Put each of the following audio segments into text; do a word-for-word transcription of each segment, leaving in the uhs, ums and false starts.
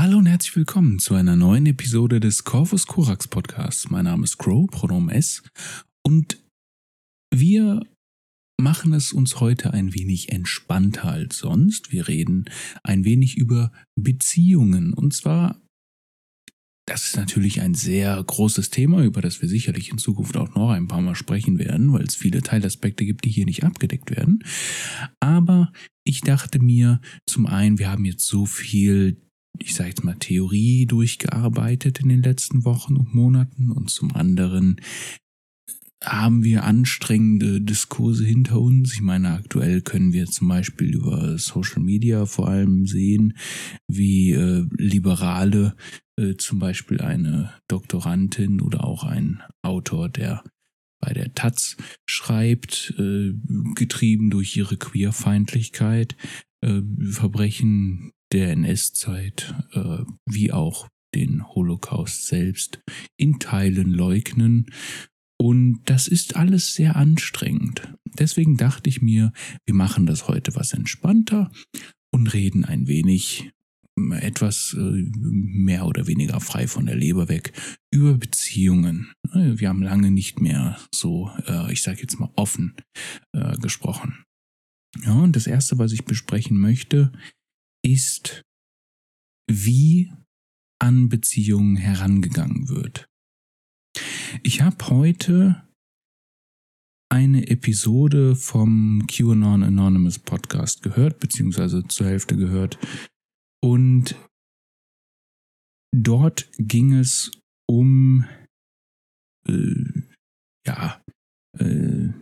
Hallo und herzlich willkommen zu einer neuen Episode des Corvus Corax Podcasts. Mein Name ist Crow, Pronomen S, und wir machen es uns heute ein wenig entspannter als sonst. Wir reden ein wenig über Beziehungen, und zwar, das ist natürlich ein sehr großes Thema, über das wir sicherlich in Zukunft auch noch ein paar Mal sprechen werden, weil es viele Teilaspekte gibt, die hier nicht abgedeckt werden. Aber ich dachte mir, zum einen, wir haben jetzt so viel, ich sage jetzt mal, Theorie durchgearbeitet in den letzten Wochen und Monaten, und zum anderen haben wir anstrengende Diskurse hinter uns. Ich meine, aktuell können wir zum Beispiel über Social Media vor allem sehen, wie äh, Liberale äh, zum Beispiel eine Doktorandin oder auch ein Autor, der bei der Taz schreibt, äh, getrieben durch ihre Queerfeindlichkeit, äh, Verbrechen der N S-Zeit, äh, wie auch den Holocaust selbst in Teilen leugnen. Und das ist alles sehr anstrengend. Deswegen dachte ich mir, wir machen das heute was entspannter und reden ein wenig, etwas mehr oder weniger frei von der Leber weg, über Beziehungen. Wir haben lange nicht mehr so, ich sage jetzt mal, offen gesprochen. Ja, und das Erste, was ich besprechen möchte, ist, wie an Beziehungen herangegangen wird. Ich habe heute eine Episode vom QAnon Anonymous Podcast gehört, beziehungsweise zur Hälfte gehört. Und dort ging es um äh, ja, äh,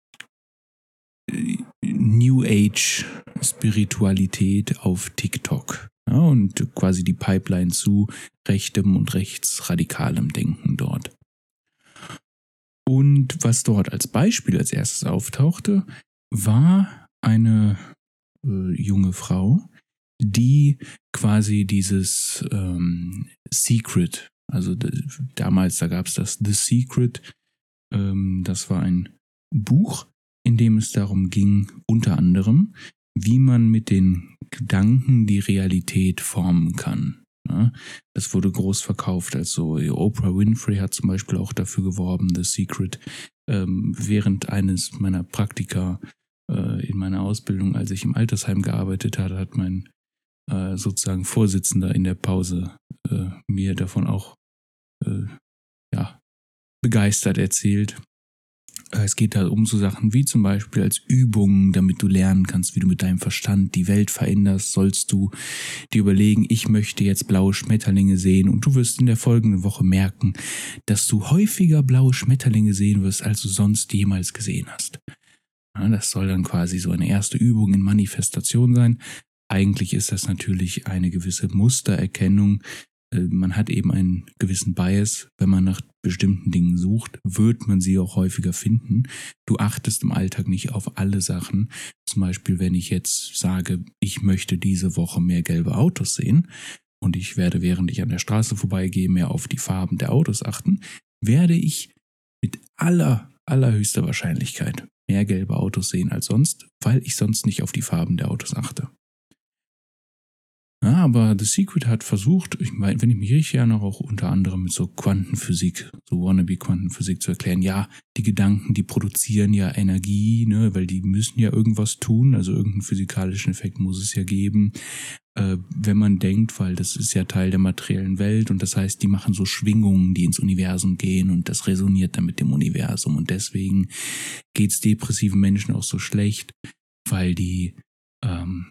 New Age Spiritualität auf TikTok. Ja, und quasi die Pipeline zu rechtem und rechtsradikalem Denken dort. Und was dort als Beispiel als erstes auftauchte, war eine äh, junge Frau, die quasi dieses ähm, Secret, also d- damals, da gab es das The Secret, ähm, das war ein Buch, in dem es darum ging, unter anderem, wie man mit den Gedanken die Realität formen kann. Ja, das wurde groß verkauft, also Oprah Winfrey hat zum Beispiel auch dafür geworben, The Secret. Ähm, während eines meiner Praktika äh, in meiner Ausbildung, als ich im Altersheim gearbeitet hatte, hat mein äh, sozusagen Vorsitzender in der Pause äh, mir davon auch äh, ja, begeistert erzählt. Es geht da um so Sachen wie zum Beispiel als Übungen, damit du lernen kannst, wie du mit deinem Verstand die Welt veränderst, sollst du dir überlegen, ich möchte jetzt blaue Schmetterlinge sehen, und du wirst in der folgenden Woche merken, dass du häufiger blaue Schmetterlinge sehen wirst, als du sonst jemals gesehen hast. Ja, das soll dann quasi so eine erste Übung in Manifestation sein. Eigentlich ist das natürlich eine gewisse Mustererkennung. Man hat eben einen gewissen Bias. Wenn man nach bestimmten Dingen sucht, wird man sie auch häufiger finden. Du achtest im Alltag nicht auf alle Sachen. Zum Beispiel, wenn ich jetzt sage, ich möchte diese Woche mehr gelbe Autos sehen und ich werde, während ich an der Straße vorbeigehe, mehr auf die Farben der Autos achten, werde ich mit aller, allerhöchster Wahrscheinlichkeit mehr gelbe Autos sehen als sonst, weil ich sonst nicht auf die Farben der Autos achte. Ja, aber The Secret hat versucht, ich meine, wenn ich mich richtig erinnere, auch unter anderem mit so Quantenphysik, so Wannabe-Quantenphysik zu erklären, ja, die Gedanken, die produzieren ja Energie, ne, weil die müssen ja irgendwas tun, also irgendeinen physikalischen Effekt muss es ja geben, äh, wenn man denkt, weil das ist ja Teil der materiellen Welt, und das heißt, die machen so Schwingungen, die ins Universum gehen, und das resoniert dann mit dem Universum, und deswegen geht's depressiven Menschen auch so schlecht, weil die ähm,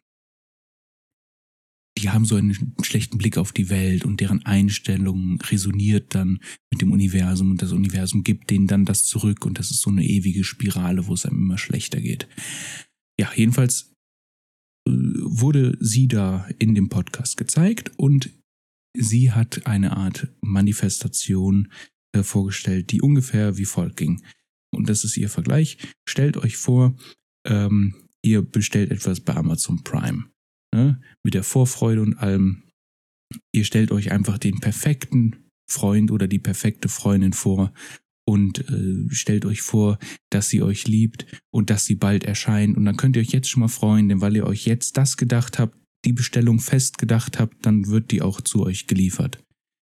die haben so einen schlechten Blick auf die Welt, und deren Einstellung resoniert dann mit dem Universum, und das Universum gibt denen dann das zurück, und das ist so eine ewige Spirale, wo es einem immer schlechter geht. Ja, jedenfalls äh, wurde sie da in dem Podcast gezeigt, und sie hat eine Art Manifestation äh, vorgestellt, die ungefähr wie folgt ging. Und das ist ihr Vergleich. Stellt euch vor, ähm, ihr bestellt etwas bei Amazon Prime. Ne, mit der Vorfreude und allem. Ihr stellt euch einfach den perfekten Freund oder die perfekte Freundin vor und äh, stellt euch vor, dass sie euch liebt und dass sie bald erscheint. Und dann könnt ihr euch jetzt schon mal freuen, denn weil ihr euch jetzt das gedacht habt, die Bestellung fest gedacht habt, dann wird die auch zu euch geliefert.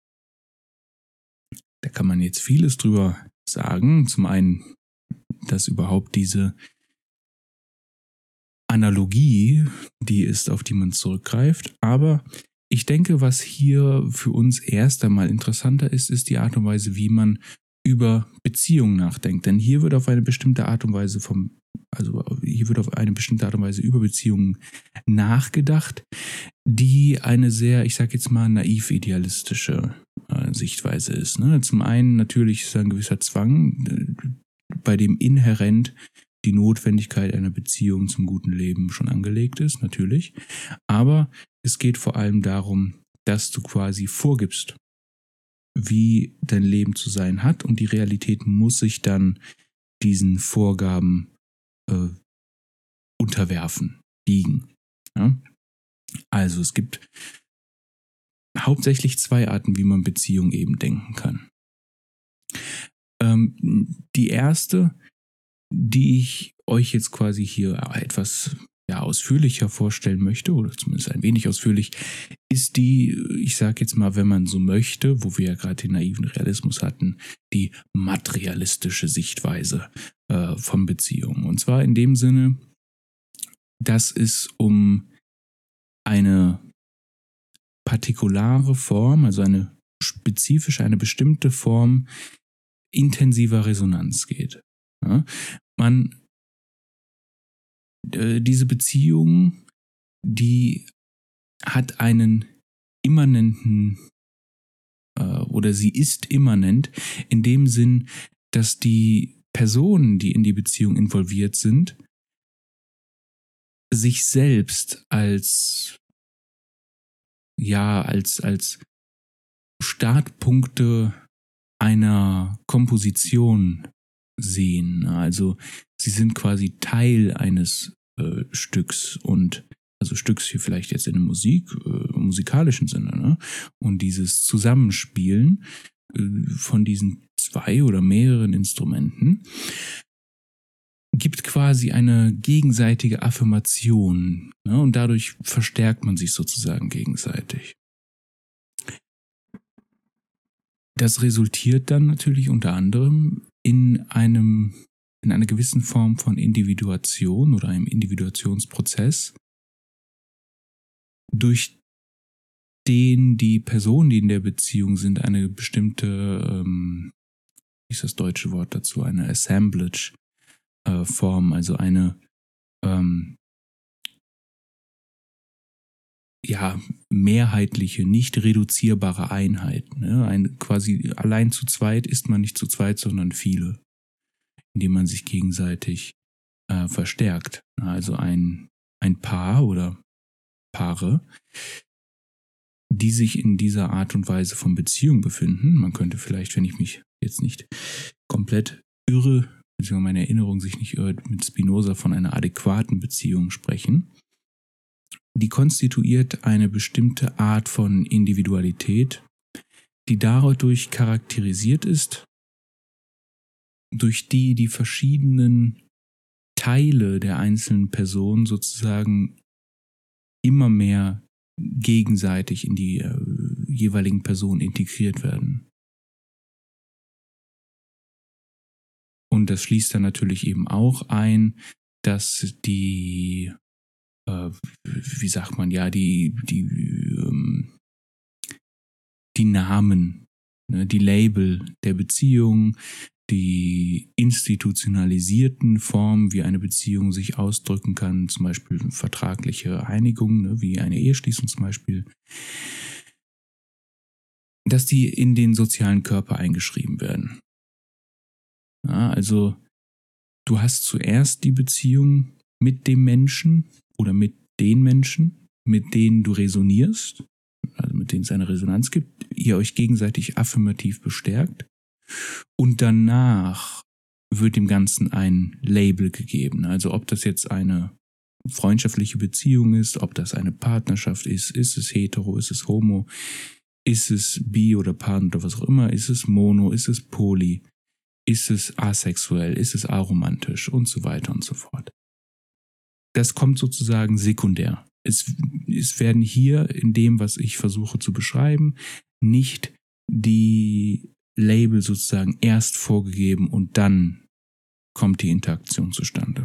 Da kann man jetzt vieles drüber sagen. Zum einen, dass überhaupt diese Analogie die ist, auf die man zurückgreift. Aber ich denke, was hier für uns erst einmal interessanter ist, ist die Art und Weise, wie man über Beziehungen nachdenkt. Denn hier wird auf eine bestimmte Art und Weise vom, also hier wird auf eine bestimmte Art und Weise über Beziehungen nachgedacht, die eine sehr, ich sage jetzt mal, naiv-idealistische äh, Sichtweise ist. Ne? Zum einen natürlich ist ein gewisser Zwang, äh, bei dem inhärent die Notwendigkeit einer Beziehung zum guten Leben schon angelegt ist, natürlich. Aber es geht vor allem darum, dass du quasi vorgibst, wie dein Leben zu sein hat, und die Realität muss sich dann diesen Vorgaben äh, unterwerfen, liegen. Ja? Also es gibt hauptsächlich zwei Arten, wie man Beziehung eben denken kann. Ähm, die erste, die ich euch jetzt quasi hier etwas ja, ausführlicher vorstellen möchte, oder zumindest ein wenig ausführlich, ist die, ich sage jetzt mal, wenn man so möchte, wo wir ja gerade den naiven Realismus hatten, die materialistische Sichtweise äh, von Beziehungen. Und zwar in dem Sinne, dass es um eine partikulare Form, also eine spezifische, eine bestimmte Form intensiver Resonanz geht. Ja? Man äh, diese Beziehung, die hat einen immanenten äh, oder sie ist immanent in dem Sinn, dass die Personen, die in die Beziehung involviert sind, sich selbst als ja als als Startpunkte einer Komposition sehen. Also sie sind quasi Teil eines äh, Stücks, und also Stücks hier vielleicht jetzt in einem Musik, äh, musikalischen Sinne, ne? Und dieses Zusammenspielen äh, von diesen zwei oder mehreren Instrumenten gibt quasi eine gegenseitige Affirmation, ne? Und dadurch verstärkt man sich sozusagen gegenseitig. Das resultiert dann natürlich unter anderem in einem, in einer gewissen Form von Individuation oder einem Individuationsprozess, durch den die Personen, die in der Beziehung sind, eine bestimmte, ähm, wie ist das deutsche Wort dazu, eine Assemblage äh, Form, also eine ähm, ja, mehrheitliche, nicht reduzierbare Einheit. Ne? Ein, quasi allein zu zweit ist man nicht zu zweit, sondern viele, indem man sich gegenseitig äh, verstärkt. Also ein, ein Paar oder Paare, die sich in dieser Art und Weise von Beziehung befinden. Man könnte vielleicht, wenn ich mich jetzt nicht komplett irre, beziehungsweise meine Erinnerung sich nicht irrt, mit Spinoza von einer adäquaten Beziehung sprechen. Die konstituiert eine bestimmte Art von Individualität, die dadurch charakterisiert ist, durch die die verschiedenen Teile der einzelnen Personen sozusagen immer mehr gegenseitig in die äh, jeweiligen Personen integriert werden. Und das schließt dann natürlich eben auch ein, dass die wie sagt man, ja, die, die, ähm, die Namen, ne, die Label der Beziehung, die institutionalisierten Formen, wie eine Beziehung sich ausdrücken kann, zum Beispiel vertragliche Einigung, ne, wie eine Eheschließung zum Beispiel, dass die in den sozialen Körper eingeschrieben werden. Ja, also du hast zuerst die Beziehung mit dem Menschen oder mit den Menschen, mit denen du resonierst, also mit denen es eine Resonanz gibt, ihr euch gegenseitig affirmativ bestärkt, und danach wird dem Ganzen ein Label gegeben. Also ob das jetzt eine freundschaftliche Beziehung ist, ob das eine Partnerschaft ist, ist es hetero, ist es homo, ist es bi oder pan oder was auch immer, ist es mono, ist es poly, ist es asexuell, ist es aromantisch und so weiter und so fort. Das kommt sozusagen sekundär. es, es werden hier in dem, was ich versuche zu beschreiben, nicht die Label sozusagen erst vorgegeben und dann kommt die Interaktion zustande.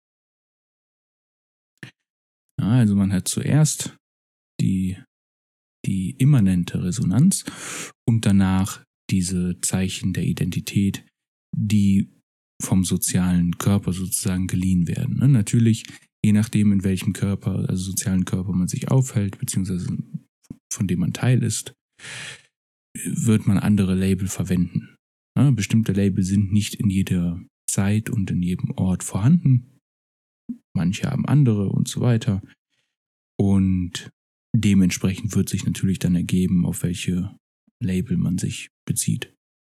Ja, also man hat zuerst die, die immanente Resonanz und danach diese Zeichen der Identität, die vom sozialen Körper sozusagen geliehen werden. Ne? Natürlich, je nachdem, in welchem Körper, also sozialen Körper man sich aufhält, beziehungsweise von dem man Teil ist, wird man andere Label verwenden. Ne? Bestimmte Label sind nicht in jeder Zeit und in jedem Ort vorhanden. Manche haben andere und so weiter. Und dementsprechend wird sich natürlich dann ergeben, auf welche Label man sich bezieht.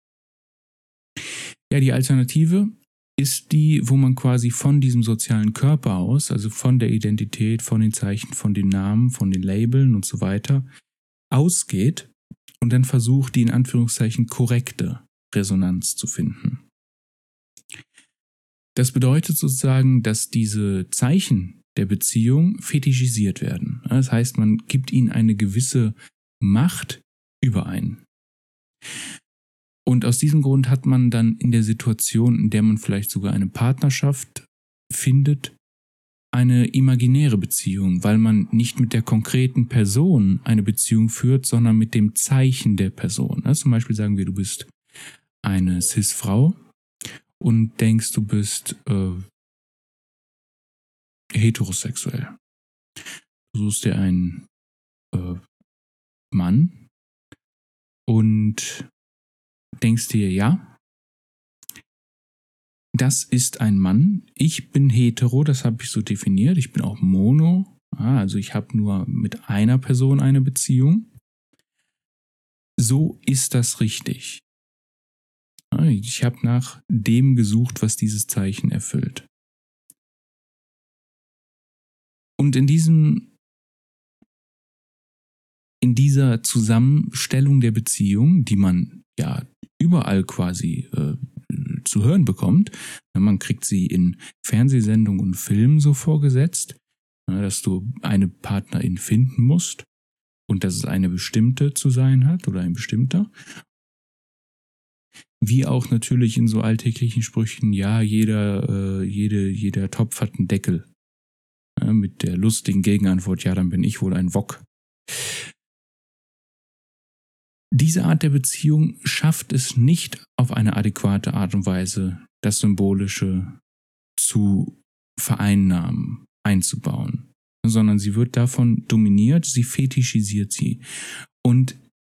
Ja, die Alternative ist die, wo man quasi von diesem sozialen Körper aus, also von der Identität, von den Zeichen, von den Namen, von den Labeln und so weiter, ausgeht und dann versucht, die in Anführungszeichen korrekte Resonanz zu finden. Das bedeutet sozusagen, dass diese Zeichen der Beziehung fetischisiert werden. Das heißt, man gibt ihnen eine gewisse Macht über einen. Und aus diesem Grund hat man dann in der Situation, in der man vielleicht sogar eine Partnerschaft findet, eine imaginäre Beziehung, weil man nicht mit der konkreten Person eine Beziehung führt, sondern mit dem Zeichen der Person. Also zum Beispiel sagen wir, du bist eine Cis-Frau und denkst, du bist äh, heterosexuell. Du suchst dir einen äh, Mann und denkst dir, ja, das ist ein Mann. Ich bin hetero, das habe ich so definiert. Ich bin auch mono, also ich habe nur mit einer Person eine Beziehung. So ist das richtig. Ich habe nach dem gesucht, was dieses Zeichen erfüllt. Und in diesem, in dieser Zusammenstellung der Beziehung, die man ja überall quasi äh, zu hören bekommt, man kriegt sie in Fernsehsendungen und Filmen so vorgesetzt, dass du eine Partnerin finden musst und dass es eine bestimmte zu sein hat oder ein bestimmter. Wie auch natürlich in so alltäglichen Sprüchen, ja, jeder, äh, jede, jeder Topf hat einen Deckel. Ja, mit der lustigen Gegenantwort, ja, dann bin ich wohl ein Wok. Diese Art der Beziehung schafft es nicht auf eine adäquate Art und Weise, das Symbolische zu vereinnahmen, einzubauen, sondern sie wird davon dominiert, sie fetischisiert sie. Und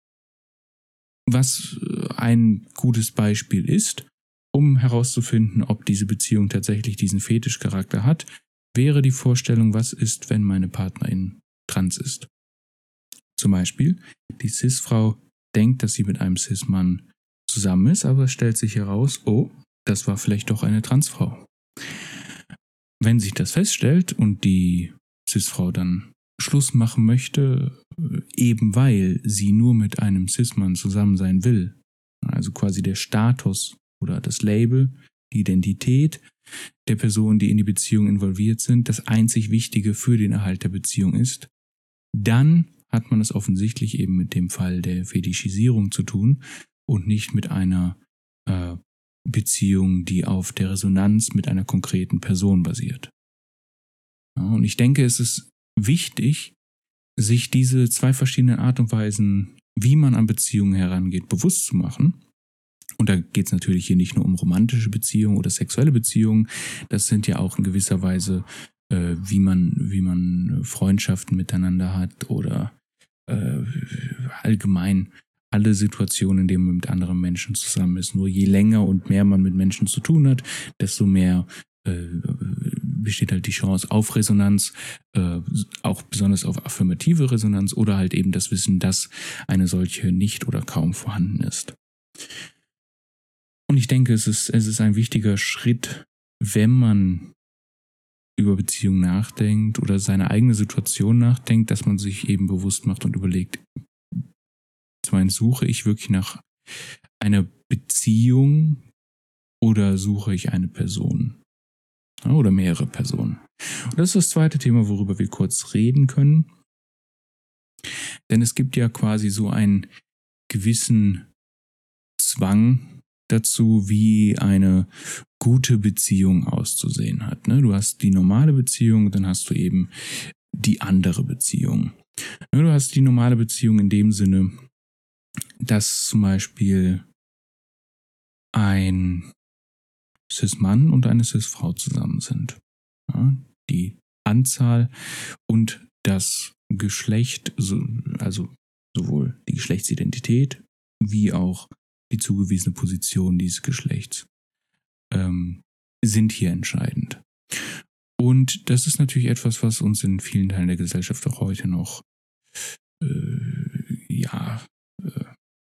was ein gutes Beispiel ist, um herauszufinden, ob diese Beziehung tatsächlich diesen Fetischcharakter hat, wäre die Vorstellung, was ist, wenn meine Partnerin trans ist. Zum Beispiel, die Cis-Frau denkt, dass sie mit einem Cis-Mann zusammen ist, aber es stellt sich heraus, oh, das war vielleicht doch eine Transfrau. Wenn sich das feststellt und die Cis-Frau dann Schluss machen möchte, eben weil sie nur mit einem Cis-Mann zusammen sein will, also quasi der Status oder das Label, die Identität der Personen, die in die Beziehung involviert sind, das einzig Wichtige für den Erhalt der Beziehung ist, dann hat man es offensichtlich eben mit dem Fall der Fetischisierung zu tun und nicht mit einer äh, Beziehung, die auf der Resonanz mit einer konkreten Person basiert. Ja, und ich denke, es ist wichtig, sich diese zwei verschiedenen Art und Weisen, wie man an Beziehungen herangeht, bewusst zu machen. Und da geht es natürlich hier nicht nur um romantische Beziehungen oder sexuelle Beziehungen, das sind ja auch in gewisser Weise, äh, wie man, wie man Freundschaften miteinander hat oder äh, allgemein alle Situationen, in denen man mit anderen Menschen zusammen ist. Nur je länger und mehr man mit Menschen zu tun hat, desto mehr äh, besteht halt die Chance auf Resonanz, äh, auch besonders auf affirmative Resonanz oder halt eben das Wissen, dass eine solche nicht oder kaum vorhanden ist. Und ich denke, es ist, es ist ein wichtiger Schritt, wenn man über Beziehungen nachdenkt oder seine eigene Situation nachdenkt, dass man sich eben bewusst macht und überlegt, zum einen suche ich wirklich nach einer Beziehung oder suche ich eine Person oder mehrere Personen. Und das ist das zweite Thema, worüber wir kurz reden können. Denn es gibt ja quasi so einen gewissen Zwang dazu, wie eine gute Beziehung auszusehen hat. Ne? Du hast die normale Beziehung, dann hast du eben die andere Beziehung. Ne? Du hast die normale Beziehung in dem Sinne, dass zum Beispiel ein Cis-Mann und eine Cis-Frau zusammen sind. Ja? Die Anzahl und das Geschlecht, also sowohl die Geschlechtsidentität wie auch die zugewiesene Position dieses Geschlechts ähm, sind hier entscheidend. Und das ist natürlich etwas, was uns in vielen Teilen der Gesellschaft auch heute noch äh, ja, äh,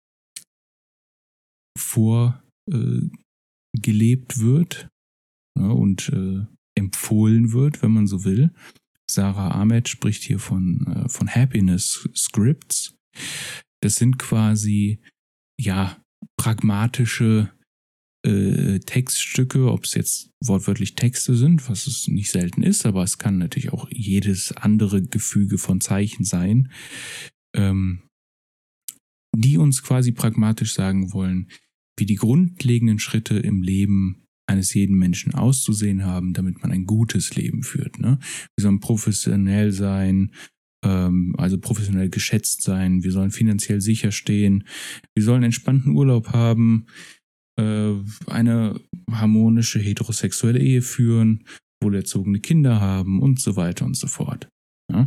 vorgelebt äh, wird, ja, und äh, empfohlen wird, wenn man so will. Sarah Ahmed spricht hier von, äh, von Happiness Scripts. Das sind quasi, ja, pragmatische äh, Textstücke, ob es jetzt wortwörtlich Texte sind, was es nicht selten ist, aber es kann natürlich auch jedes andere Gefüge von Zeichen sein, ähm, die uns quasi pragmatisch sagen wollen, wie die grundlegenden Schritte im Leben eines jeden Menschen auszusehen haben, damit man ein gutes Leben führt. Ne? Wir sollen professionell sein, ähm, also professionell geschätzt sein, wir sollen finanziell sicher stehen, wir sollen entspannten Urlaub haben, äh, eine harmonische heterosexuelle Ehe führen, wohlerzogene Kinder haben und so weiter und so fort. Ja?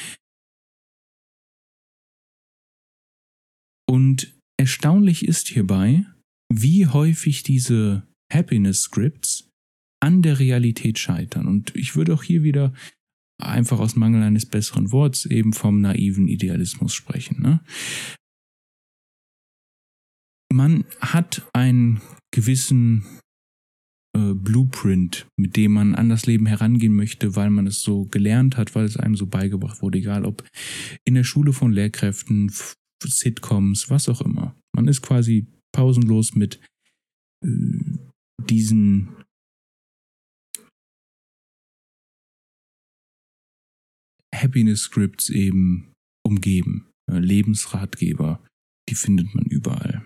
Und erstaunlich ist hierbei, wie häufig diese Happiness Scripts an der Realität scheitern. Und ich würde auch hier wieder einfach aus Mangel eines besseren Worts eben vom naiven Idealismus sprechen. Ne? Man hat einen gewissen äh, Blueprint, mit dem man an das Leben herangehen möchte, weil man es so gelernt hat, weil es einem so beigebracht wurde, egal ob in der Schule von Lehrkräften, Sitcoms, was auch immer. Man ist quasi pausenlos mit äh, diesen Happiness Scripts eben umgeben. Ja, Lebensratgeber, die findet man überall.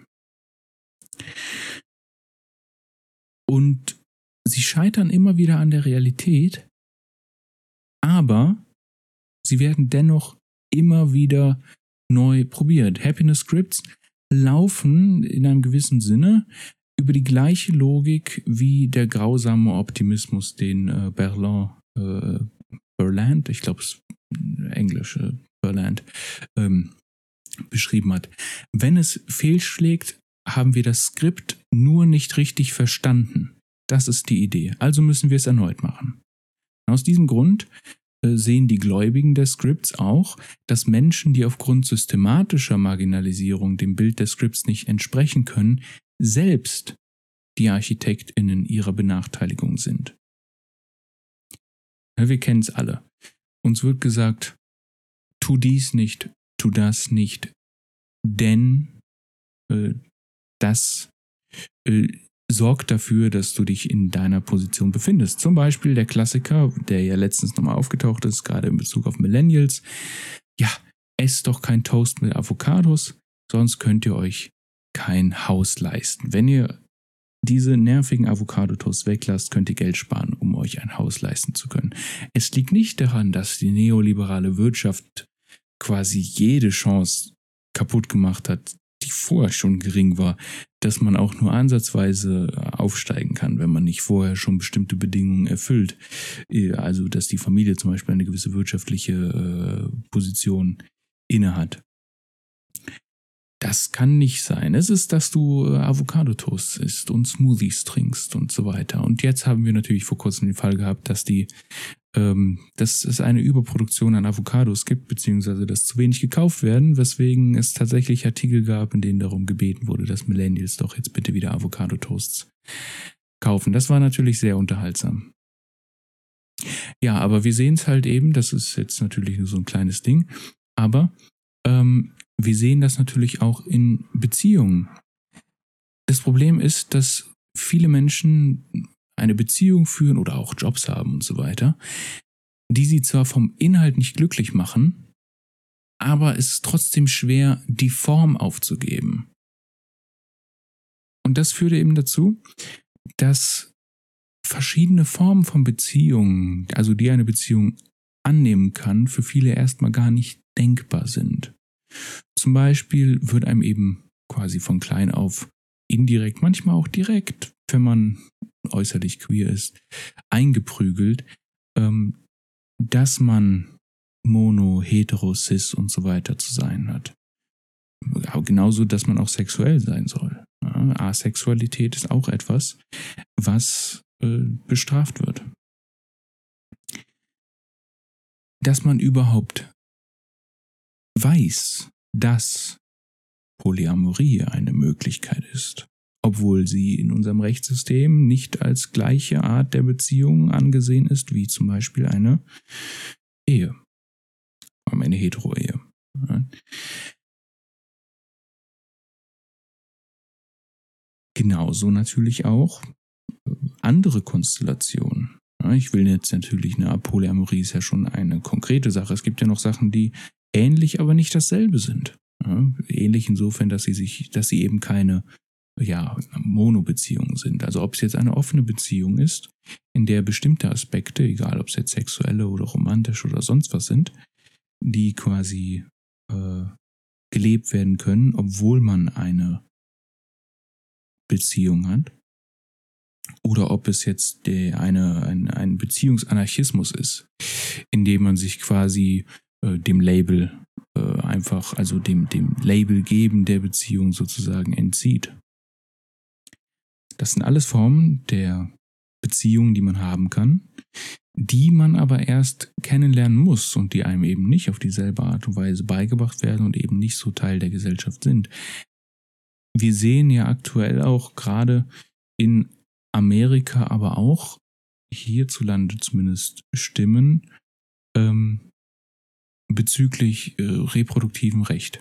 Und sie scheitern immer wieder an der Realität, aber sie werden dennoch immer wieder neu probiert. Happiness Scripts laufen in einem gewissen Sinne über die gleiche Logik wie der grausame Optimismus, den äh, Berlin, äh, Berland, ich glaube es Englisch, äh, Berland, ähm, beschrieben hat. Wenn es fehlschlägt, haben wir das Skript nur nicht richtig verstanden. Das ist die Idee. Also müssen wir es erneut machen. Aus diesem Grund äh, sehen die Gläubigen der Scripts auch, dass Menschen, die aufgrund systematischer Marginalisierung dem Bild der Scripts nicht entsprechen können, selbst die ArchitektInnen ihrer Benachteiligung sind. Ja, wir kennen es alle. Uns wird gesagt, tu dies nicht, tu das nicht, denn äh, das äh, sorgt dafür, dass du dich in deiner Position befindest. Zum Beispiel der Klassiker, der ja letztens nochmal aufgetaucht ist, gerade in Bezug auf Millennials. Ja, esst doch kein Toast mit Avocados, sonst könnt ihr euch kein Haus leisten. Wenn ihr diese nervigen Avocado-Toasts weglasst, könnt ihr Geld sparen, um euch ein Haus leisten zu können. Es liegt nicht daran, dass die neoliberale Wirtschaft quasi jede Chance kaputt gemacht hat, die vorher schon gering war, dass man auch nur ansatzweise aufsteigen kann, wenn man nicht vorher schon bestimmte Bedingungen erfüllt. Also, dass die Familie zum Beispiel eine gewisse wirtschaftliche äh, Position innehat. Das kann nicht sein. Es ist, dass du Avocado-Toast isst und Smoothies trinkst und so weiter. Und jetzt haben wir natürlich vor kurzem den Fall gehabt, dass die, ähm, dass es eine Überproduktion an Avocados gibt, beziehungsweise dass zu wenig gekauft werden, weswegen es tatsächlich Artikel gab, in denen darum gebeten wurde, dass Millennials doch jetzt bitte wieder Avocado-Toasts kaufen. Das war natürlich sehr unterhaltsam. Ja, aber wir sehen es halt eben, das ist jetzt natürlich nur so ein kleines Ding, aber ähm, wir sehen das natürlich auch in Beziehungen. Das Problem ist, dass viele Menschen eine Beziehung führen oder auch Jobs haben und so weiter, die sie zwar vom Inhalt nicht glücklich machen, aber es ist trotzdem schwer, die Form aufzugeben. Und das führt eben dazu, dass verschiedene Formen von Beziehungen, also die eine Beziehung annehmen kann, für viele erstmal gar nicht denkbar sind. Zum Beispiel wird einem eben quasi von klein auf indirekt, manchmal auch direkt, wenn man äußerlich queer ist, eingeprügelt, ähm, dass man mono, hetero, cis und so weiter zu sein hat. Aber genauso, dass man auch sexuell sein soll. Ja, Asexualität ist auch etwas, was äh, bestraft wird. Dass man überhaupt weiß, dass Polyamorie eine Möglichkeit ist, obwohl sie in unserem Rechtssystem nicht als gleiche Art der Beziehung angesehen ist, wie zum Beispiel eine Ehe, eine Hetero-Ehe. Ja. Genauso natürlich auch andere Konstellationen. Ja, ich will jetzt natürlich, eine Polyamorie ist ja schon eine konkrete Sache. Es gibt ja noch Sachen, die ähnlich, aber nicht dasselbe sind. Ja, ähnlich insofern, dass sie sich, dass sie eben keine ja, Mono-Beziehungen sind. Also ob es jetzt eine offene Beziehung ist, in der bestimmte Aspekte, egal ob es jetzt sexuelle oder romantisch oder sonst was sind, die quasi äh, gelebt werden können, obwohl man eine Beziehung hat. Oder ob es jetzt der, eine, ein, ein Beziehungsanarchismus ist, in dem man sich quasi äh, dem Label äh, einfach, also dem, dem Label geben der Beziehung sozusagen entzieht. Das sind alles Formen der Beziehungen, die man haben kann, die man aber erst kennenlernen muss und die einem eben nicht auf dieselbe Art und Weise beigebracht werden und eben nicht so Teil der Gesellschaft sind. Wir sehen ja aktuell auch gerade in Amerika, aber auch hierzulande zumindest Stimmen ähm, bezüglich äh, reproduktivem Recht.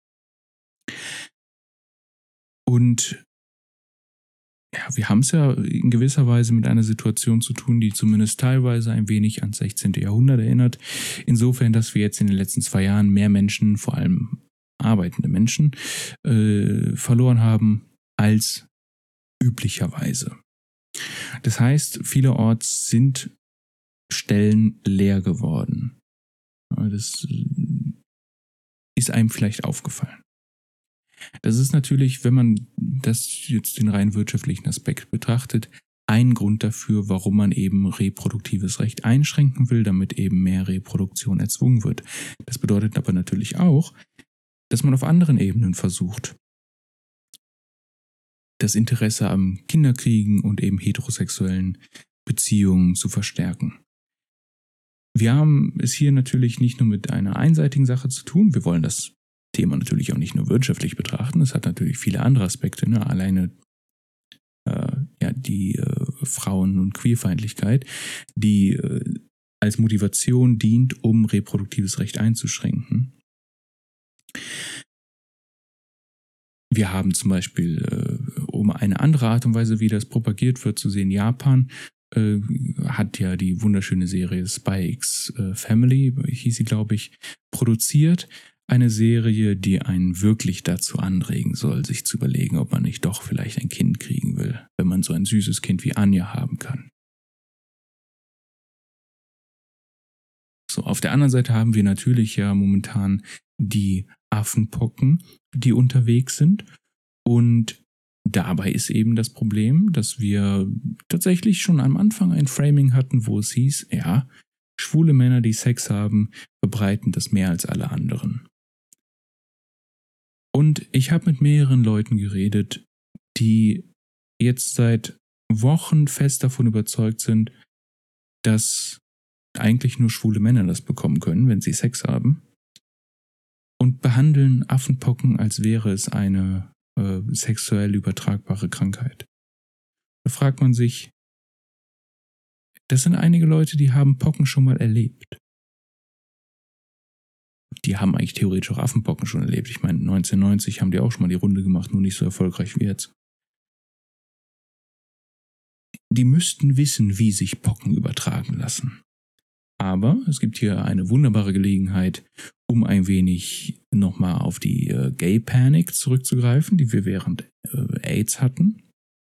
Und ja, wir haben es ja in gewisser Weise mit einer Situation zu tun, die zumindest teilweise ein wenig ans sechzehnten. Jahrhundert erinnert. Insofern, dass wir jetzt in den letzten zwei Jahren mehr Menschen, vor allem arbeitende Menschen, äh, verloren haben als üblicherweise. Das heißt, vielerorts sind Stellen leer geworden. Das ist einem vielleicht aufgefallen. Das ist natürlich, wenn man das jetzt den rein wirtschaftlichen Aspekt betrachtet, ein Grund dafür, warum man eben reproduktives Recht einschränken will, damit eben mehr Reproduktion erzwungen wird. Das bedeutet aber natürlich auch, dass man auf anderen Ebenen versucht, das Interesse am Kinderkriegen und eben heterosexuellen Beziehungen zu verstärken. Wir haben es hier natürlich nicht nur mit einer einseitigen Sache zu tun. Wir wollen das Thema natürlich auch nicht nur wirtschaftlich betrachten. Es hat natürlich viele andere Aspekte. Ne? Alleine äh, ja, die äh, Frauen- und Queerfeindlichkeit, die äh, als Motivation dient, um reproduktives Recht einzuschränken. Wir haben zum Beispiel, äh, um eine andere Art und Weise, wie das propagiert wird, zu sehen, Japan äh, hat ja die wunderschöne Serie Spy X äh, Family, hieß sie, glaube ich, produziert. Eine Serie, die einen wirklich dazu anregen soll, sich zu überlegen, ob man nicht doch vielleicht ein Kind kriegen will, wenn man so ein süßes Kind wie Anja haben kann. So, auf der anderen Seite haben wir natürlich ja momentan die Affenpocken, die unterwegs sind. Und dabei ist eben das Problem, dass wir tatsächlich schon am Anfang ein Framing hatten, wo es hieß, ja, schwule Männer, die Sex haben, verbreiten das mehr als alle anderen. Und ich habe mit mehreren Leuten geredet, die jetzt seit Wochen fest davon überzeugt sind, dass eigentlich nur schwule Männer das bekommen können, wenn sie Sex haben. Und behandeln Affenpocken, als wäre es eine äh, sexuell übertragbare Krankheit. Da fragt man sich, das sind einige Leute, die haben Pocken schon mal erlebt. Die haben eigentlich theoretisch auch Affenpocken schon erlebt. Ich meine, neunzehnhundertneunzig haben die auch schon mal die Runde gemacht, nur nicht so erfolgreich wie jetzt. die müssten wissen, wie sich Pocken übertragen lassen. Aber es gibt hier eine wunderbare Gelegenheit, um ein wenig nochmal auf die äh, Gay Panic zurückzugreifen, die wir während äh, AIDS hatten.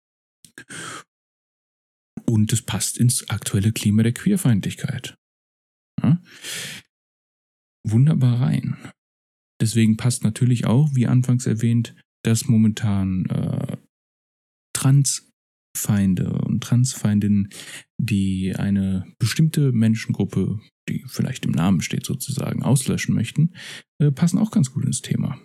Und es passt ins aktuelle Klima der Queerfeindlichkeit. Ja? Wunderbar rein. Deswegen passt natürlich auch, wie anfangs erwähnt, dass momentan äh, Transfeinde und Transfeindinnen, die eine bestimmte Menschengruppe, die vielleicht im Namen steht sozusagen, auslöschen möchten, äh, passen auch ganz gut ins Thema.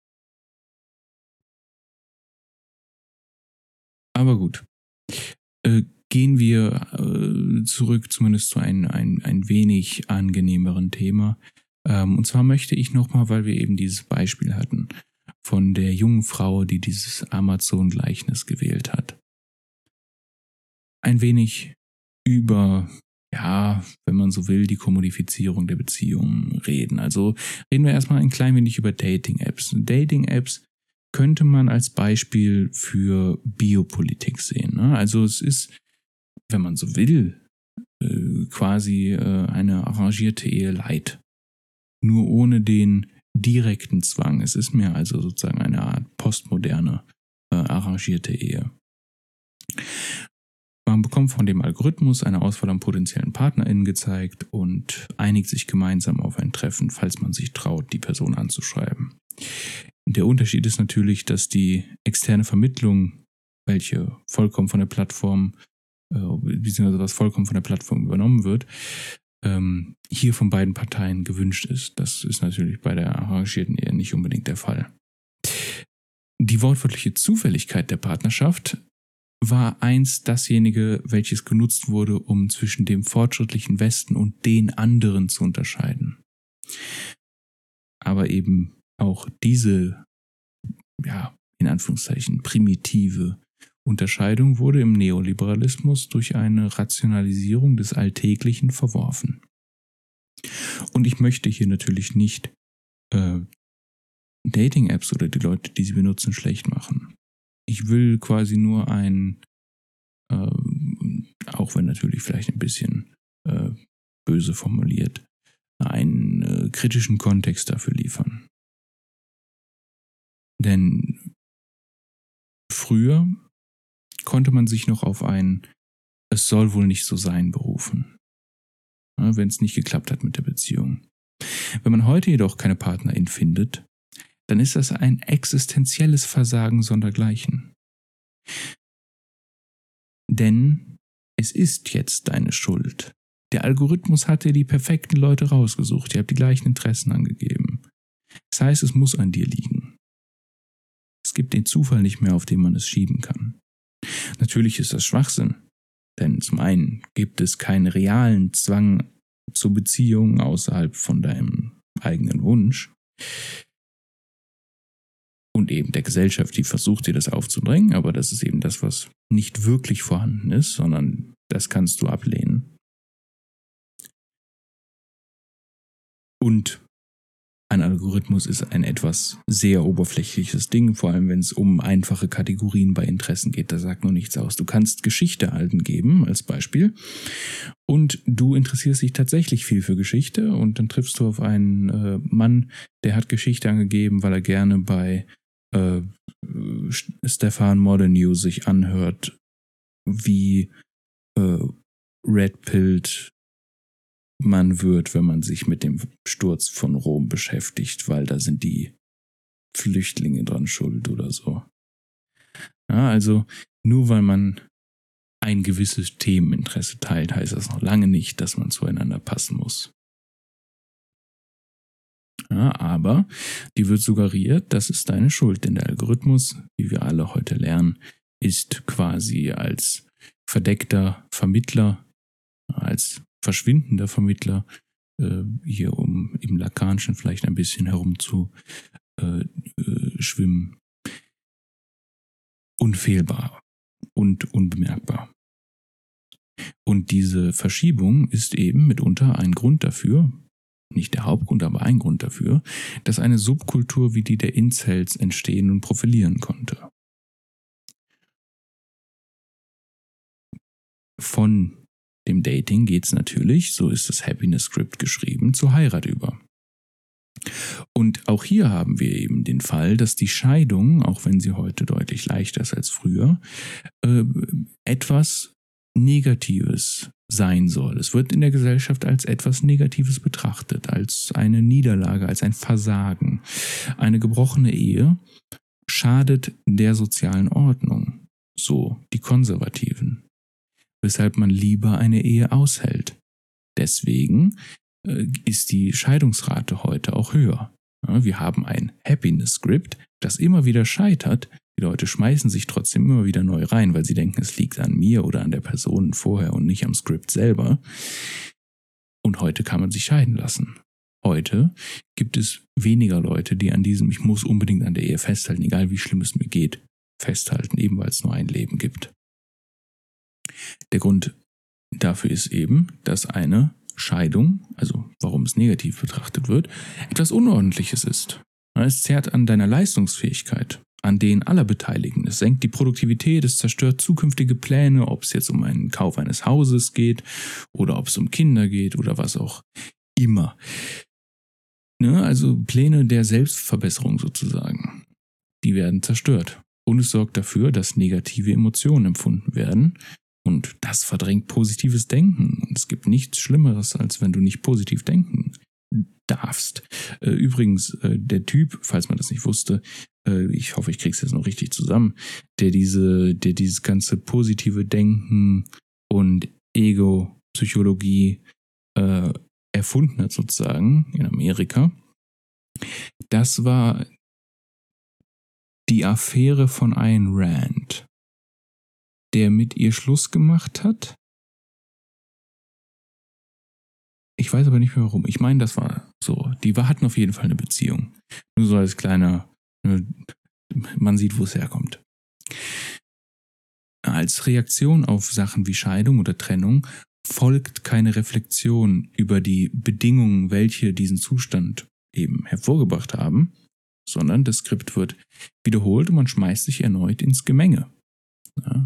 Aber gut. Äh, gehen wir äh, zurück zumindest zu einem ein, ein wenig angenehmeren Thema. Ähm, und zwar möchte ich nochmal, weil wir eben dieses Beispiel hatten, von der jungen Frau, die dieses Amazon-Gleichnis gewählt hat, ein wenig über, ja, wenn man so will, die Kommodifizierung der Beziehungen reden. Also reden wir erstmal ein klein wenig über Dating-Apps. Dating-Apps könnte man als Beispiel für Biopolitik sehen. Ne? Also es ist, wenn man so will, äh, quasi äh, eine arrangierte Ehe light. Nur ohne den direkten Zwang. Es ist mehr also sozusagen eine Art postmoderne, äh, arrangierte Ehe. Man bekommt von dem Algorithmus eine Auswahl an potenziellen PartnerInnen gezeigt und einigt sich gemeinsam auf ein Treffen, falls man sich traut, die Person anzuschreiben. Der Unterschied ist natürlich, dass die externe Vermittlung, welche vollkommen von der Plattform, äh, beziehungsweise was vollkommen von der Plattform übernommen wird, ähm, hier von beiden Parteien gewünscht ist. Das ist natürlich bei der arrangierten Ehe nicht unbedingt der Fall. Die wortwörtliche Zufälligkeit der Partnerschaft war einst dasjenige, welches genutzt wurde, um zwischen dem fortschrittlichen Westen und den anderen zu unterscheiden. Aber eben auch diese, ja, in Anführungszeichen, primitive Unterscheidung wurde im Neoliberalismus durch eine Rationalisierung des Alltäglichen verworfen. Und ich möchte hier natürlich nicht äh, Dating-Apps oder die Leute, die sie benutzen, schlecht machen. Ich will quasi nur ein, äh, auch wenn natürlich vielleicht ein bisschen äh, böse formuliert, einen äh, kritischen Kontext dafür liefern. Denn früher konnte man sich noch auf ein "Es soll wohl nicht so sein" berufen, ja, wenn es nicht geklappt hat mit der Beziehung. Wenn man heute jedoch keine Partnerin findet, dann ist das ein existenzielles Versagen sondergleichen. Denn es ist jetzt deine Schuld. Der Algorithmus hat dir die perfekten Leute rausgesucht, ihr habt die gleichen Interessen angegeben. Das heißt, es muss an dir liegen. Es gibt den Zufall nicht mehr, auf den man es schieben kann. Natürlich ist das Schwachsinn, denn zum einen gibt es keinen realen Zwang zur Beziehung außerhalb von deinem eigenen Wunsch. Und eben der Gesellschaft, die versucht dir das aufzudrängen, aber das ist eben das, was nicht wirklich vorhanden ist, sondern das kannst du ablehnen. Und ein Algorithmus ist ein etwas sehr oberflächliches Ding, vor allem wenn es um einfache Kategorien bei Interessen geht. Da sagt nur nichts aus. Du kannst Geschichte allen geben, als Beispiel, und du interessierst dich tatsächlich viel für Geschichte und dann triffst du auf einen äh, Mann, der hat Geschichte angegeben, weil er gerne bei äh, Stefan Molyneux sich anhört, wie äh, red-pilled man wird, wenn man sich mit dem Sturz von Rom beschäftigt, weil da sind die Flüchtlinge dran schuld oder so. Ja, also nur weil man ein gewisses Themeninteresse teilt, heißt das noch lange nicht, dass man zueinander passen muss. Ja, aber dir wird suggeriert, das ist deine Schuld, denn der Algorithmus, wie wir alle heute lernen, ist quasi als verdeckter Vermittler, als verschwindender Vermittler, äh, hier um im Lacanischen vielleicht ein bisschen herum zu äh, äh, schwimmen, unfehlbar und unbemerkbar. Und diese Verschiebung ist eben mitunter ein Grund dafür, nicht der Hauptgrund, aber ein Grund dafür, dass eine Subkultur wie die der Incels entstehen und profilieren konnte. von dem Dating geht es natürlich, so ist das Happiness Script geschrieben, zur Heirat über. Und auch hier haben wir eben den Fall, dass die Scheidung, auch wenn sie heute deutlich leichter ist als früher, äh, etwas Negatives sein soll. Es wird in der Gesellschaft als etwas Negatives betrachtet, als eine Niederlage, als ein Versagen. Eine gebrochene Ehe schadet der sozialen Ordnung, so die Konservativen, weshalb man lieber eine Ehe aushält. Deswegen äh, ist die Scheidungsrate heute auch höher. Ja, wir haben ein Happiness Script, das immer wieder scheitert. Die Leute schmeißen sich trotzdem immer wieder neu rein, weil sie denken, es liegt an mir oder an der Person vorher und nicht am Skript selber. Und heute kann man sich scheiden lassen. Heute gibt es weniger Leute, die an diesem "Ich muss unbedingt an der Ehe festhalten, egal wie schlimm es mir geht" festhalten, eben weil es nur ein Leben gibt. Der Grund dafür ist eben, dass eine Scheidung, also warum es negativ betrachtet wird, etwas Unordentliches ist. Es zerrt an deiner Leistungsfähigkeit, an denen aller Beteiligten. Es senkt die Produktivität, es zerstört zukünftige Pläne, ob es jetzt um einen Kauf eines Hauses geht oder ob es um Kinder geht oder was auch immer. Ne, also Pläne der Selbstverbesserung sozusagen, die werden zerstört. Und es sorgt dafür, dass negative Emotionen empfunden werden. Und das verdrängt positives Denken. Und es gibt nichts Schlimmeres, als wenn du nicht positiv denken darfst. Äh, übrigens, äh, der Typ, falls man das nicht wusste, äh, ich hoffe, ich krieg's jetzt noch richtig zusammen, der diese, der dieses ganze positive Denken und Ego-Psychologie äh, erfunden hat sozusagen in Amerika, das war die Affäre von Ayn Rand, der mit ihr Schluss gemacht hat. Ich weiß aber nicht mehr warum. Ich meine, das war so. Die hatten auf jeden Fall eine Beziehung. Nur so als kleiner, man sieht, wo es herkommt. Als Reaktion auf Sachen wie Scheidung oder Trennung folgt keine Reflexion über die Bedingungen, welche diesen Zustand eben hervorgebracht haben, sondern das Skript wird wiederholt und man schmeißt sich erneut ins Gemenge. Ja.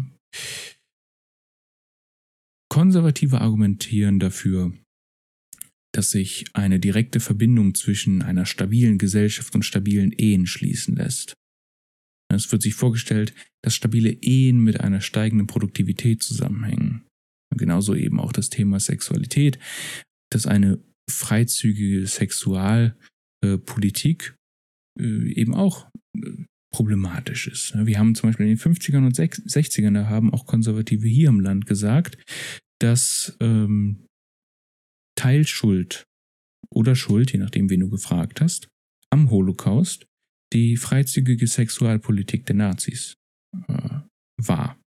Konservative argumentieren dafür, dass sich eine direkte Verbindung zwischen einer stabilen Gesellschaft und stabilen Ehen schließen lässt. Es wird sich vorgestellt, dass stabile Ehen mit einer steigenden Produktivität zusammenhängen. Genauso eben auch das Thema Sexualität, dass eine freizügige Sexualpolitik äh, eben auch äh, problematisch ist. Wir haben zum Beispiel in den fünfzigern und sechzigern, da haben auch Konservative hier im Land gesagt, dass ähm, Teilschuld oder Schuld, je nachdem, wen du gefragt hast, am Holocaust die freizügige Sexualpolitik der Nazis äh, war.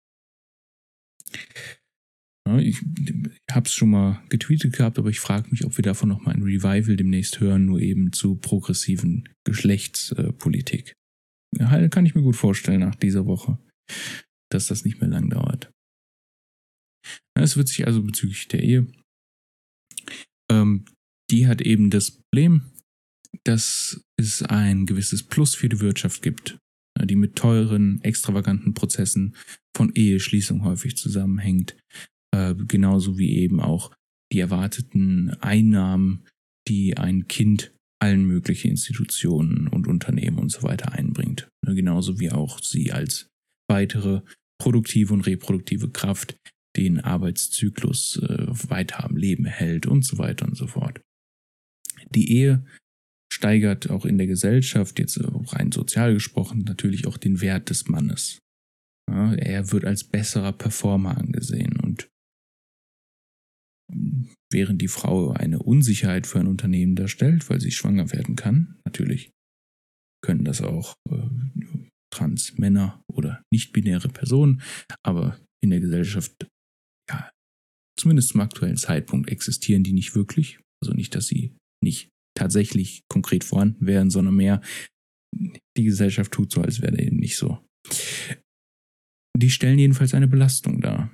Ja, ich habe es schon mal getweetet gehabt, aber ich frage mich, ob wir davon nochmal ein Revival demnächst hören, nur eben zu progressiven Geschlechtspolitik. Ja, kann ich mir gut vorstellen nach dieser Woche, dass das nicht mehr lang dauert. Ja, es wird sich also bezüglich der Ehe, ähm, die hat eben das Problem, dass es ein gewisses Plus für die Wirtschaft gibt, die mit teuren, extravaganten Prozessen von Eheschließung häufig zusammenhängt, äh, genauso wie eben auch die erwarteten Einnahmen, die ein Kind allen möglichen Institutionen und Unternehmen und so weiter einbringt. Genauso wie auch sie als weitere produktive und reproduktive Kraft den Arbeitszyklus äh, weiter am Leben hält und so weiter und so fort. Die Ehe steigert auch in der Gesellschaft, jetzt rein sozial gesprochen, natürlich auch den Wert des Mannes. Ja, er wird als besserer Performer angesehen und während die Frau eine Unsicherheit für ein Unternehmen darstellt, weil sie schwanger werden kann, natürlich können das auch äh, Trans-Männer oder nicht-binäre Personen, aber in der Gesellschaft, ja, zumindest zum aktuellen Zeitpunkt existieren die nicht wirklich. Also nicht, dass sie nicht tatsächlich konkret vorhanden wären, sondern mehr, die Gesellschaft tut so, als wäre eben nicht so. Die stellen jedenfalls eine Belastung dar.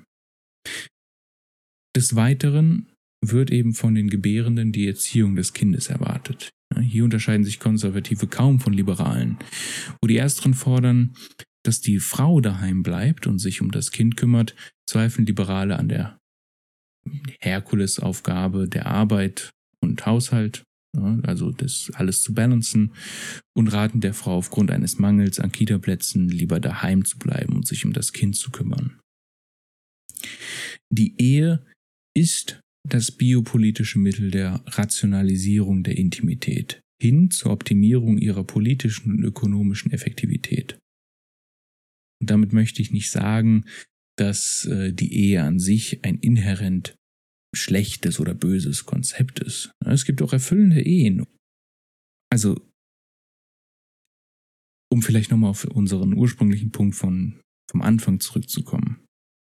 Des Weiteren wird eben von den Gebärenden die Erziehung des Kindes erwartet. Hier unterscheiden sich Konservative kaum von Liberalen, wo die Ersteren fordern, dass die Frau daheim bleibt und sich um das Kind kümmert, zweifeln Liberale an der Herkulesaufgabe der Arbeit und Haushalt, ja, also das alles zu balancen, und raten der Frau aufgrund eines Mangels an Kitaplätzen lieber daheim zu bleiben und sich um das Kind zu kümmern. Die Ehe ist das biopolitische Mittel der Rationalisierung der Intimität hin zur Optimierung ihrer politischen und ökonomischen Effektivität. Und damit möchte ich nicht sagen, dass äh, die Ehe an sich ein inhärent schlechtes oder böses Konzept ist. Es gibt auch erfüllende Ehen. Also, um vielleicht nochmal auf unseren ursprünglichen Punkt von, vom Anfang zurückzukommen.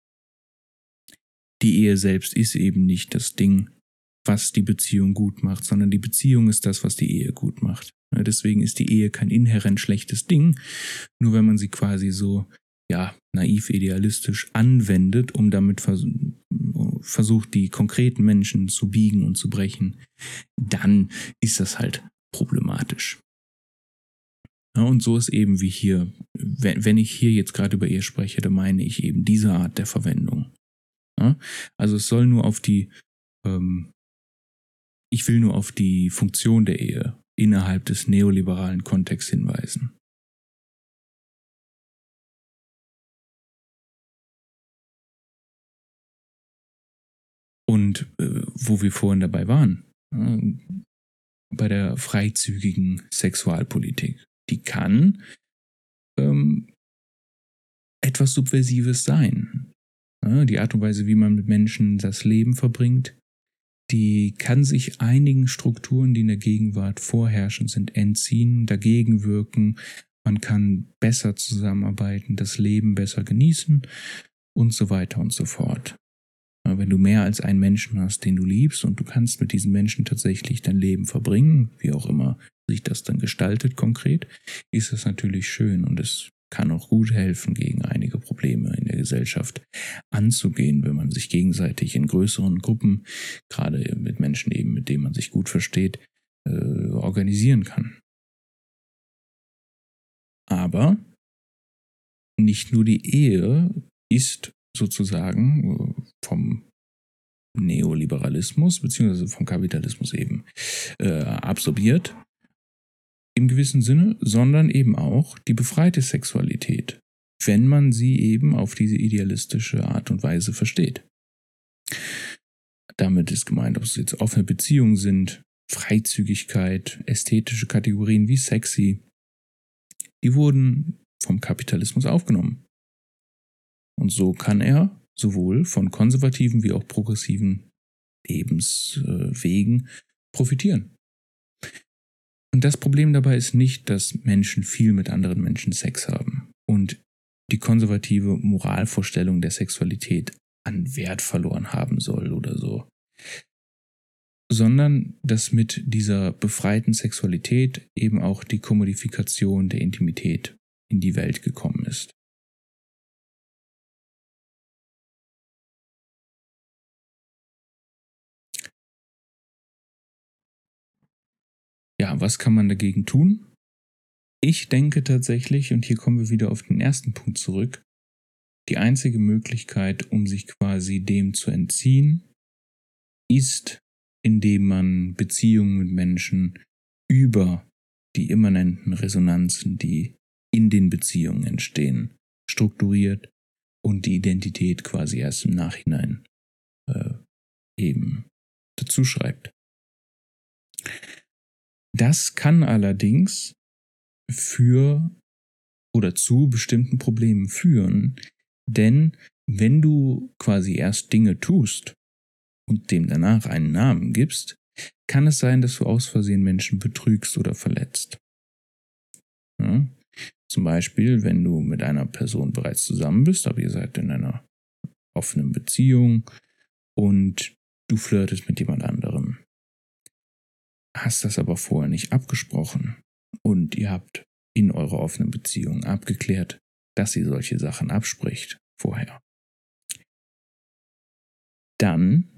Die Ehe selbst ist eben nicht das Ding, was die Beziehung gut macht, sondern die Beziehung ist das, was die Ehe gut macht. Deswegen ist die Ehe kein inhärent schlechtes Ding, nur wenn man sie quasi so, ja, naiv idealistisch anwendet, um damit vers- versucht, die konkreten Menschen zu biegen und zu brechen, dann ist das halt problematisch. Ja, und so ist eben wie hier, wenn, wenn ich hier jetzt gerade über Ehe spreche, dann meine ich eben diese Art der Verwendung. Ja, also es soll nur auf die, ähm, ich will nur auf die Funktion der Ehe innerhalb des neoliberalen Kontexts hinweisen. Und äh, wo wir vorhin dabei waren, äh, bei der freizügigen Sexualpolitik, die kann ähm, etwas Subversives sein. Ja, die Art und Weise, wie man mit Menschen das Leben verbringt, die kann sich einigen Strukturen, die in der Gegenwart vorherrschend sind, entziehen, dagegen wirken. Man kann besser zusammenarbeiten, das Leben besser genießen und so weiter und so fort. Wenn du mehr als einen Menschen hast, den du liebst, und du kannst mit diesen Menschen tatsächlich dein Leben verbringen, wie auch immer sich das dann gestaltet konkret, ist das natürlich schön, und es kann auch gut helfen, gegen einige Probleme in der Gesellschaft anzugehen, wenn man sich gegenseitig in größeren Gruppen, gerade mit Menschen eben, mit denen man sich gut versteht, äh, organisieren kann. Aber nicht nur die Ehe ist sozusagen vom Neoliberalismus bzw. vom Kapitalismus eben äh, absorbiert im gewissen Sinne, sondern eben auch die befreite Sexualität, wenn man sie eben auf diese idealistische Art und Weise versteht. Damit ist gemeint, ob es jetzt offene Beziehungen sind, Freizügigkeit, ästhetische Kategorien wie sexy, die wurden vom Kapitalismus aufgenommen. Und so kann er sowohl von konservativen wie auch progressiven Lebenswegen profitieren. Und das Problem dabei ist nicht, dass Menschen viel mit anderen Menschen Sex haben und die konservative Moralvorstellung der Sexualität an Wert verloren haben soll oder so, sondern dass mit dieser befreiten Sexualität eben auch die Kommodifikation der Intimität in die Welt gekommen ist. Ja, was kann man dagegen tun? Ich denke tatsächlich, und hier kommen wir wieder auf den ersten Punkt zurück, die einzige Möglichkeit, um sich quasi dem zu entziehen, ist, indem man Beziehungen mit Menschen über die immanenten Resonanzen, die in den Beziehungen entstehen, strukturiert und die Identität quasi erst im Nachhinein äh, eben dazu schreibt. Das kann allerdings für oder zu bestimmten Problemen führen, denn wenn du quasi erst Dinge tust und dem danach einen Namen gibst, kann es sein, dass du aus Versehen Menschen betrügst oder verletzt. Ja? Zum Beispiel, wenn du mit einer Person bereits zusammen bist, aber ihr seid in einer offenen Beziehung und du flirtest mit jemand anderem, hast das aber vorher nicht abgesprochen und ihr habt in eurer offenen Beziehung abgeklärt, dass ihr solche Sachen abspricht vorher. Dann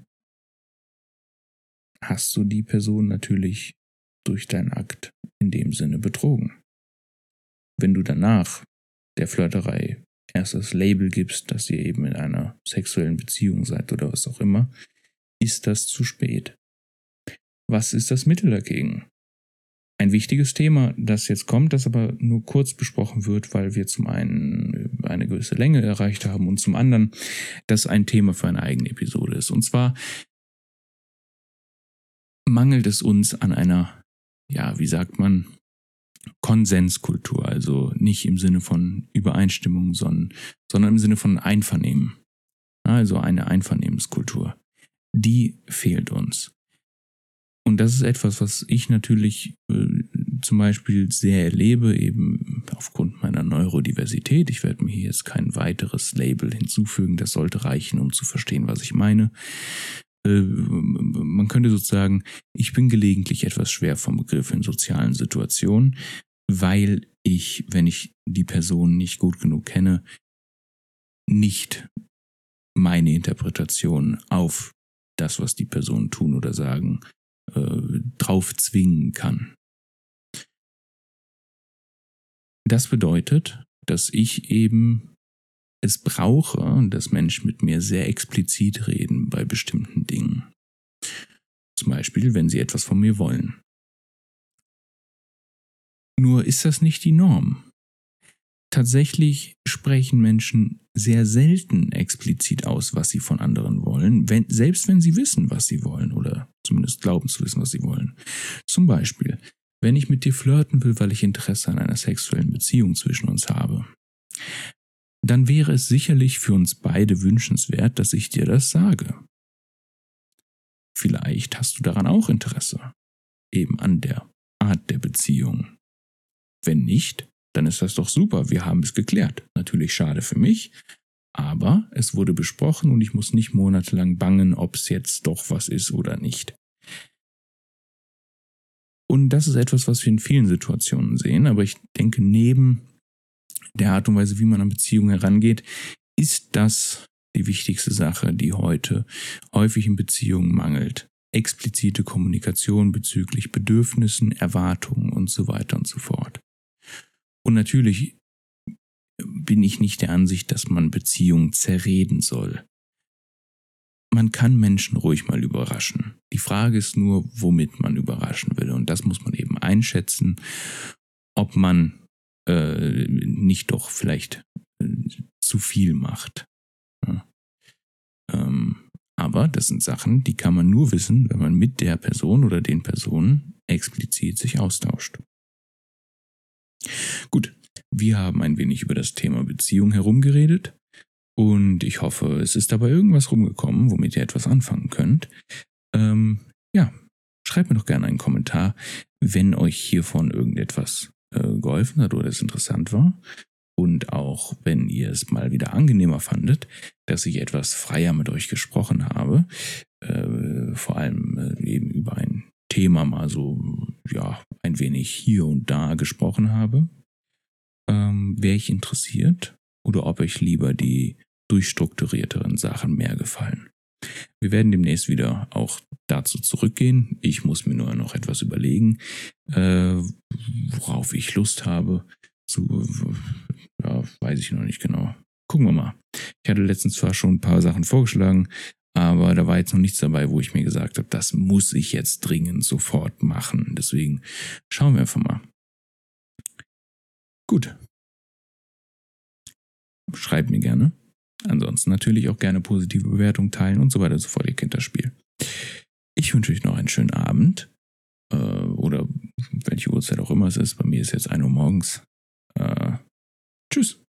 hast du die Person natürlich durch deinen Akt in dem Sinne betrogen. Wenn du danach der Flirterei erst das Label gibst, dass ihr eben in einer sexuellen Beziehung seid oder was auch immer, ist das zu spät? Was ist das Mittel dagegen? Ein wichtiges Thema, das jetzt kommt, das aber nur kurz besprochen wird, weil wir zum einen eine gewisse Länge erreicht haben und zum anderen, das ein Thema für eine eigene Episode ist. Und zwar mangelt es uns an einer, ja, wie sagt man, Konsenskultur, also nicht im Sinne von Übereinstimmung, sondern, sondern im Sinne von Einvernehmen. Also eine Einvernehmenskultur. Die fehlt uns. Und das ist etwas, was ich natürlich äh, zum Beispiel sehr erlebe, eben aufgrund meiner Neurodiversität. Ich werde mir hier jetzt kein weiteres Label hinzufügen, das sollte reichen, um zu verstehen, was ich meine. Äh, man könnte sozusagen, ich bin gelegentlich etwas schwer vom Begriff in sozialen Situationen, weil ich, wenn ich die Person nicht gut genug kenne, nicht meine Interpretation auf das, was die Personen tun oder sagen, äh, drauf zwingen kann. Das bedeutet, dass ich eben es brauche, dass Menschen mit mir sehr explizit reden bei bestimmten Dingen. Zum Beispiel, wenn sie etwas von mir wollen. Nur ist das nicht die Norm. Tatsächlich sprechen Menschen sehr selten explizit aus, was sie von anderen wollen, wenn, selbst wenn sie wissen, was sie wollen oder zumindest glauben zu wissen, was sie wollen. Zum Beispiel, wenn ich mit dir flirten will, weil ich Interesse an einer sexuellen Beziehung zwischen uns habe, dann wäre es sicherlich für uns beide wünschenswert, dass ich dir das sage. Vielleicht hast du daran auch Interesse, eben an der Art der Beziehung. Wenn nicht, dann ist das doch super, wir haben es geklärt. Natürlich schade für mich, aber es wurde besprochen und ich muss nicht monatelang bangen, ob es jetzt doch was ist oder nicht. Und das ist etwas, was wir in vielen Situationen sehen, aber ich denke, neben der Art und Weise, wie man an Beziehungen herangeht, ist das die wichtigste Sache, die heute häufig in Beziehungen mangelt. Explizite Kommunikation bezüglich Bedürfnissen, Erwartungen und so weiter und so fort. Und natürlich bin ich nicht der Ansicht, dass man Beziehungen zerreden soll. Man kann Menschen ruhig mal überraschen. Die Frage ist nur, womit man überraschen will. Und das muss man eben einschätzen, ob man äh, nicht doch vielleicht äh, zu viel macht. Ja. Ähm, aber das sind Sachen, die kann man nur wissen, wenn man mit der Person oder den Personen explizit sich austauscht. Gut, wir haben ein wenig über das Thema Beziehung herumgeredet und ich hoffe, es ist dabei irgendwas rumgekommen, womit ihr etwas anfangen könnt. Ähm, ja, schreibt mir doch gerne einen Kommentar, wenn euch hiervon irgendetwas äh, geholfen hat oder es interessant war. Und auch wenn ihr es mal wieder angenehmer fandet, dass ich etwas freier mit euch gesprochen habe, äh, vor allem äh, eben über ein Thema mal so, ja, ein wenig hier und da gesprochen habe, ähm, wäre ich interessiert oder ob euch lieber die durchstrukturierteren Sachen mehr gefallen. Wir werden demnächst wieder auch dazu zurückgehen. Ich muss mir nur noch etwas überlegen, äh, worauf ich Lust habe. Zu, ja, weiß ich noch nicht genau. Gucken wir mal. Ich hatte letztens zwar schon ein paar Sachen vorgeschlagen, aber da war jetzt noch nichts dabei, wo ich mir gesagt habe, das muss ich jetzt dringend sofort machen. Deswegen schauen wir einfach mal. Gut. Schreibt mir gerne. Ansonsten natürlich auch gerne positive Bewertungen teilen und so weiter und so fort. Ihr kennt das Spiel. Ich wünsche euch noch einen schönen Abend. Äh, oder welche Uhrzeit auch immer es ist. Bei mir ist jetzt ein Uhr morgens. Äh, tschüss.